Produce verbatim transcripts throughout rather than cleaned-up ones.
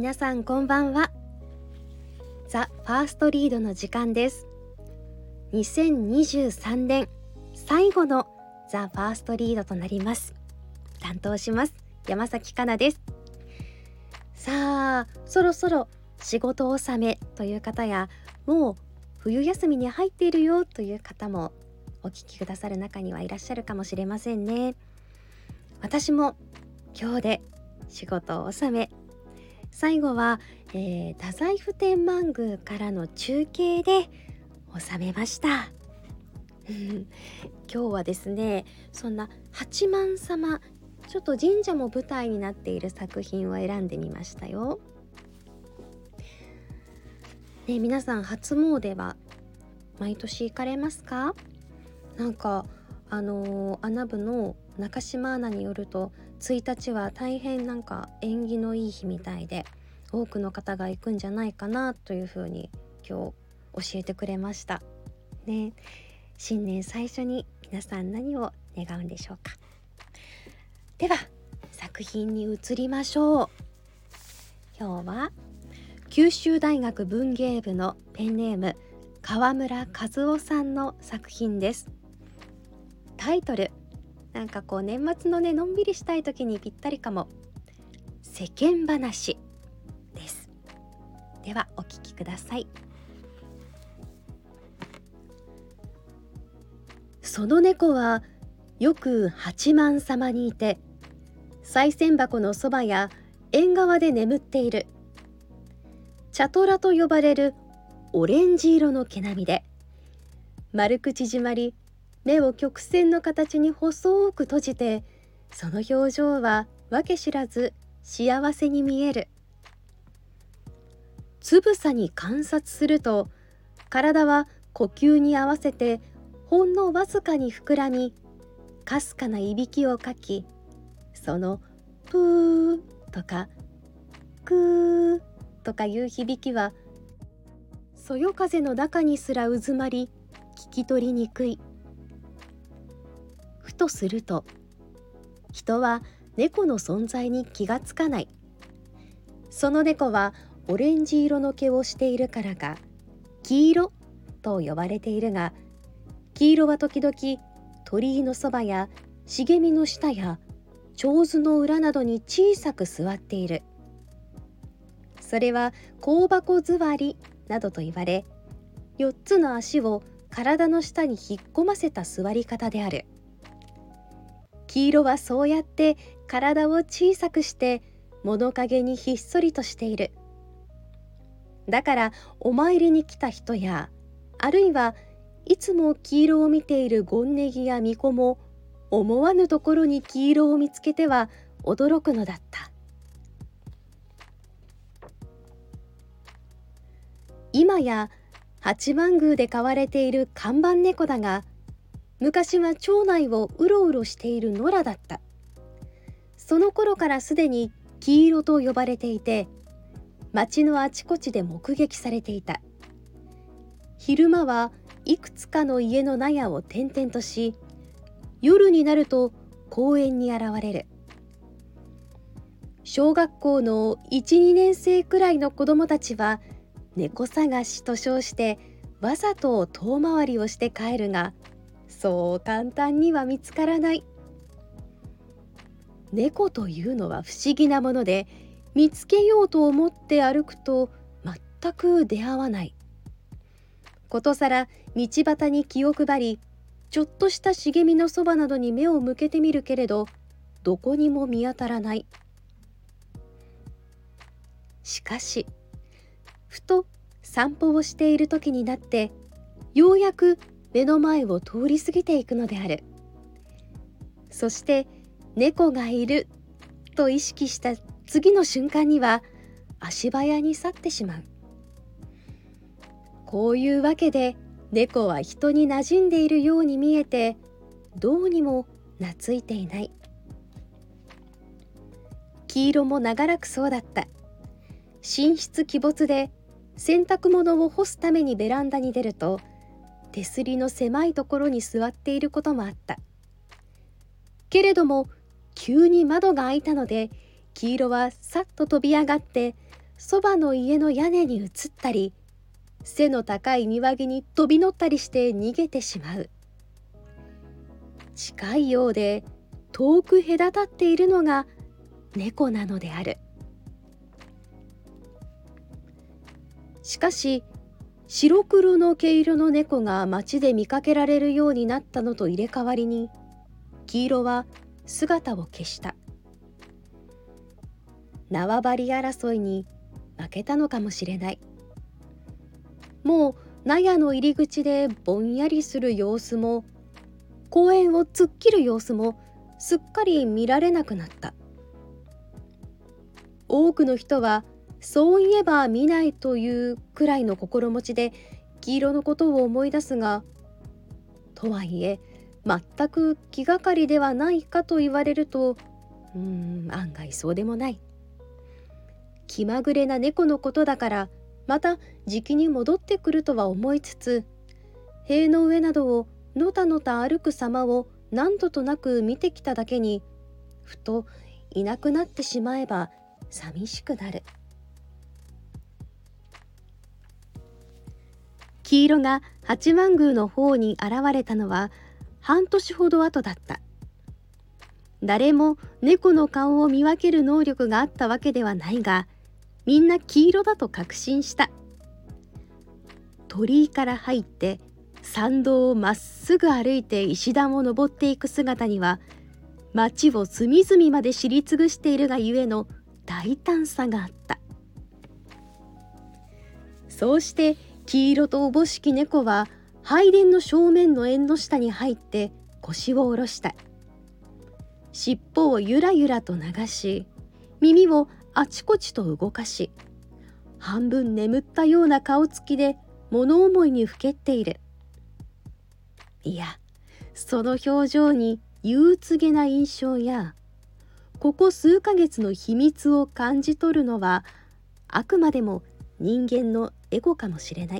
皆さんこんばんは。ザ・ファーストリードの時間です。にせんにじゅうさんねん最後のザ・ファーストリードとなります。担当します山崎かなです。さあ、そろそろ仕事納めという方や、もう冬休みに入っているよという方もお聞きくださる中にはいらっしゃるかもしれませんね。私も今日で仕事納め、最後は、えー、太宰府天満宮からの中継で収めました今日はですね、そんな八幡様、ちょっと神社も舞台になっている作品を選んでみましたよ。ね、皆さん初詣は毎年行かれますか？なんかあのー、アナ部の中島アナによるとついたちは大変なんか縁起のいい日みたいで、多くの方が行くんじゃないかなというふうに今日教えてくれましたね。新年最初に皆さん何を願うんでしょうか。では作品に移りましょう。今日は九州大学文芸部のペンネーム川村和夫さんの作品です。タイトル、なんかこう年末のね、のんびりしたい時にぴったりかも。世間話です。ではお聞きください。その猫はよく八幡様にいて、賽銭箱のそばや縁側で眠っている。茶虎と呼ばれるオレンジ色の毛並みで、丸く縮まり、目を曲線の形に細く閉じて、その表情はわけ知らず幸せに見える。つぶさに観察すると、体は呼吸に合わせてほんのわずかに膨らみ、かすかないびきをかき、そのプーとかクーとかいう響きはそよ風の中にすら渦まり、聞き取りにくい。ふとすると、人は猫の存在に気がつかない。その猫はオレンジ色の毛をしているからか黄色と呼ばれているが、黄色は時々鳥居のそばや茂みの下や手水の裏などに小さく座っている。それは香箱座りなどと言われ、よっつの足を体の下に引っ込ませた座り方である。黄色はそうやって体を小さくして物陰にひっそりとしている。だからお参りに来た人や、あるいはいつも黄色を見ている権ネギや巫女も、思わぬところに黄色を見つけては驚くのだった。今や八幡宮で飼われている看板猫だが、昔は町内をうろうろしている野良だった。その頃からすでに黄色と呼ばれていて、町のあちこちで目撃されていた。昼間はいくつかの家の納屋を転々とし、夜になると公園に現れる。小学校のいち、にねん生くらいの子どもたちは猫探しと称してわざと遠回りをして帰るが、そう簡単には見つからない。猫というのは不思議なもので、見つけようと思って歩くと全く出会わない。ことさら道端に気を配り、ちょっとした茂みのそばなどに目を向けてみるけれど、どこにも見当たらない。しかしふと散歩をしている時になって、ようやく目の前を通り過ぎていくのである。そして猫がいると意識した次の瞬間には足早に去ってしまう。こういうわけで猫は人に馴染んでいるように見えて、どうにも懐いていない。黄色も長らくそうだった。寝室鬼没で洗濯物を干すためにベランダに出ると、手すりの狭いところに座っていることもあった。けれども急に窓が開いたので、黄色はさっと飛び上がってそばの家の屋根に移ったり、背の高い庭木に飛び乗ったりして逃げてしまう。近いようで遠く隔たっているのが猫なのである。しかし白黒の毛色の猫が街で見かけられるようになったのと入れ替わりに、黄色は姿を消した。縄張り争いに負けたのかもしれない。もう納屋の入り口でぼんやりする様子も、公園を突っ切る様子もすっかり見られなくなった。多くの人はそういえば見ないというくらいの心持ちで黄色のことを思い出すが、とはいえ全く気がかりではないかと言われると、うーん案外そうでもない。気まぐれな猫のことだからまたじきに戻ってくるとは思いつつ、塀の上などをのたのた歩く様を何度となく見てきただけに、ふといなくなってしまえば寂しくなる。黄色が八幡宮の方に現れたのは半年ほど後だった。誰も猫の顔を見分ける能力があったわけではないが、みんな黄色だと確信した。鳥居から入って参道をまっすぐ歩いて石段を登っていく姿には、町を隅々まで知り尽くしているがゆえの大胆さがあった。そうして黄色とおぼしき猫は拝殿の正面の縁の下に入って腰を下ろした。尻尾をゆらゆらと流し、耳をあちこちと動かし、半分眠ったような顔つきで物思いにふけっている。いや、その表情に憂鬱げな印象や、ここ数ヶ月の秘密を感じ取るのはあくまでも人間のエゴかもしれない。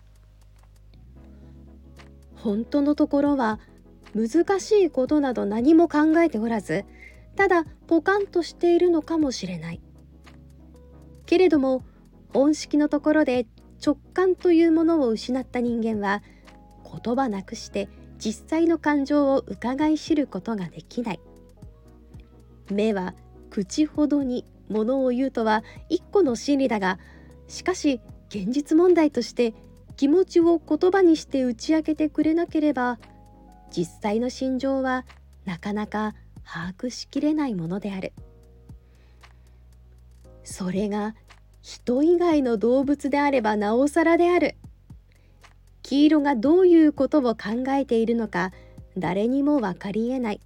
本当のところは難しいことなど何も考えておらず、ただポカンとしているのかもしれない。けれども本式のところで直感というものを失った人間は、言葉なくして実際の感情を伺い知ることができない。目は口ほどにものを言うとは一個の真理だが、しかし現実問題として気持ちを言葉にして打ち明けてくれなければ、実際の心情はなかなか把握しきれないものである。それが人以外の動物であればなおさらである。黄色がどういうことを考えているのか誰にも分かりえない。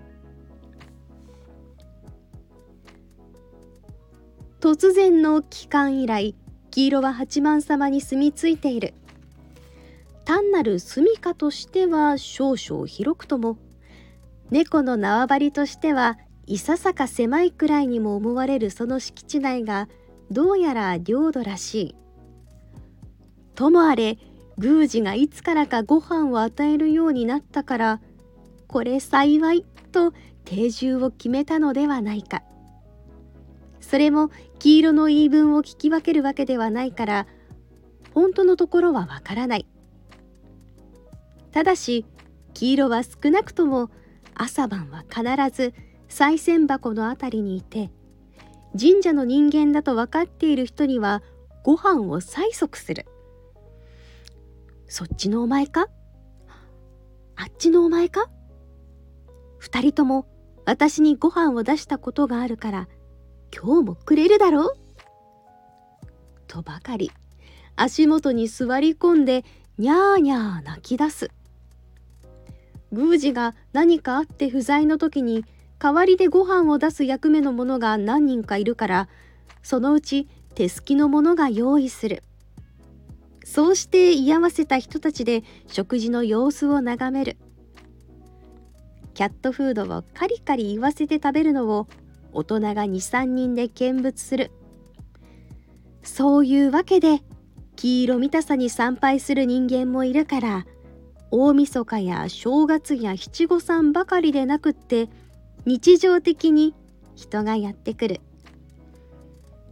突然の帰還以来、黄色は八幡様に住み着いている。単なる住処としては少々広くとも、猫の縄張りとしてはいささか狭いくらいにも思われるその敷地内がどうやら領土らしい。ともあれ宮司がいつからかご飯を与えるようになったから、これ幸いと定住を決めたのではないか。それも黄色の言い分を聞き分けるわけではないから、本当のところはわからない。ただし黄色は少なくとも朝晩は必ず賽銭箱のあたりにいて、神社の人間だと分かっている人にはご飯を催促する。そっちのお前か？あっちのお前か？二人とも私にご飯を出したことがあるから今日もくれるだろうとばかり足元に座り込んでにゃーにゃー泣き出す。宮司が何かあって不在の時に代わりでご飯を出す役目の者が何人かいるから、そのうち手すきの者が用意する。そうして居合わせた人たちで食事の様子を眺める。キャットフードをカリカリ言わせて食べるのを大人が にさん 人で見物する。そういうわけで黄色見たさに参拝する人間もいるから、大晦日や正月や七五三ばかりでなくって日常的に人がやってくる。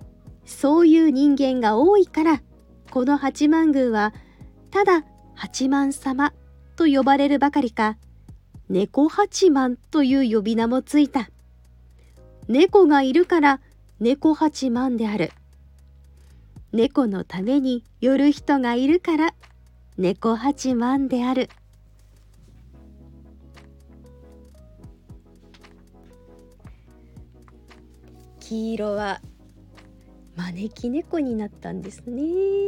そういう人間が多いから、この八幡宮はただ八幡様と呼ばれるばかりか、猫八幡という呼び名もついた。猫がいるから猫八幡である。猫のために寄る人がいるから猫八幡である。黄色は招き猫になったんですね。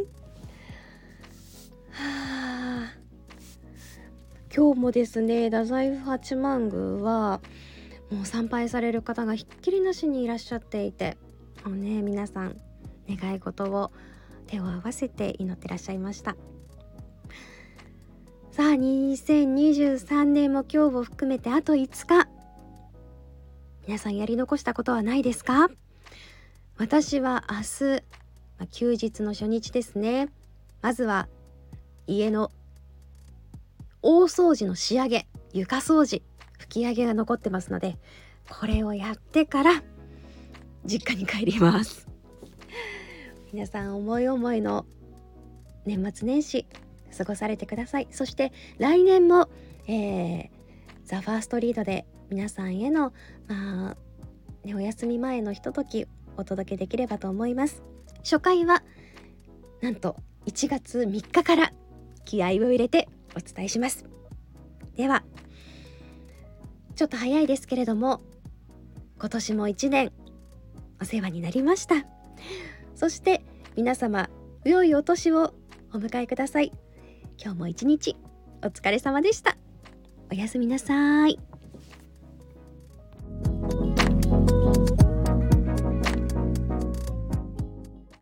はあ、今日もですね、太宰府八幡宮はもう参拝される方がひっきりなしにいらっしゃっていて、もうね、皆さん願い事を手を合わせて祈ってらっしゃいました。さあ、にせんにじゅうさんねんも今日を含めてあといつか、皆さんやり残したことはないですか？私は明日、まあ、休日の初日ですね。まずは家の大掃除の仕上げ、床掃除、拭き上げが残ってますので、これをやってから実家に帰ります。皆さん思い思いの年末年始過ごされてください。そして来年も、えー、ザ・ファーストリードで皆さんへの、まあね、お休み前のひとときお届けできればと思います。初回はなんといちがつみっかから気合を入れてお伝えします。ではちょっと早いですけれども、今年もいちねんお世話になりました。そして皆様、良いお年をお迎えください。今日も一日お疲れ様でした。おやすみなさい。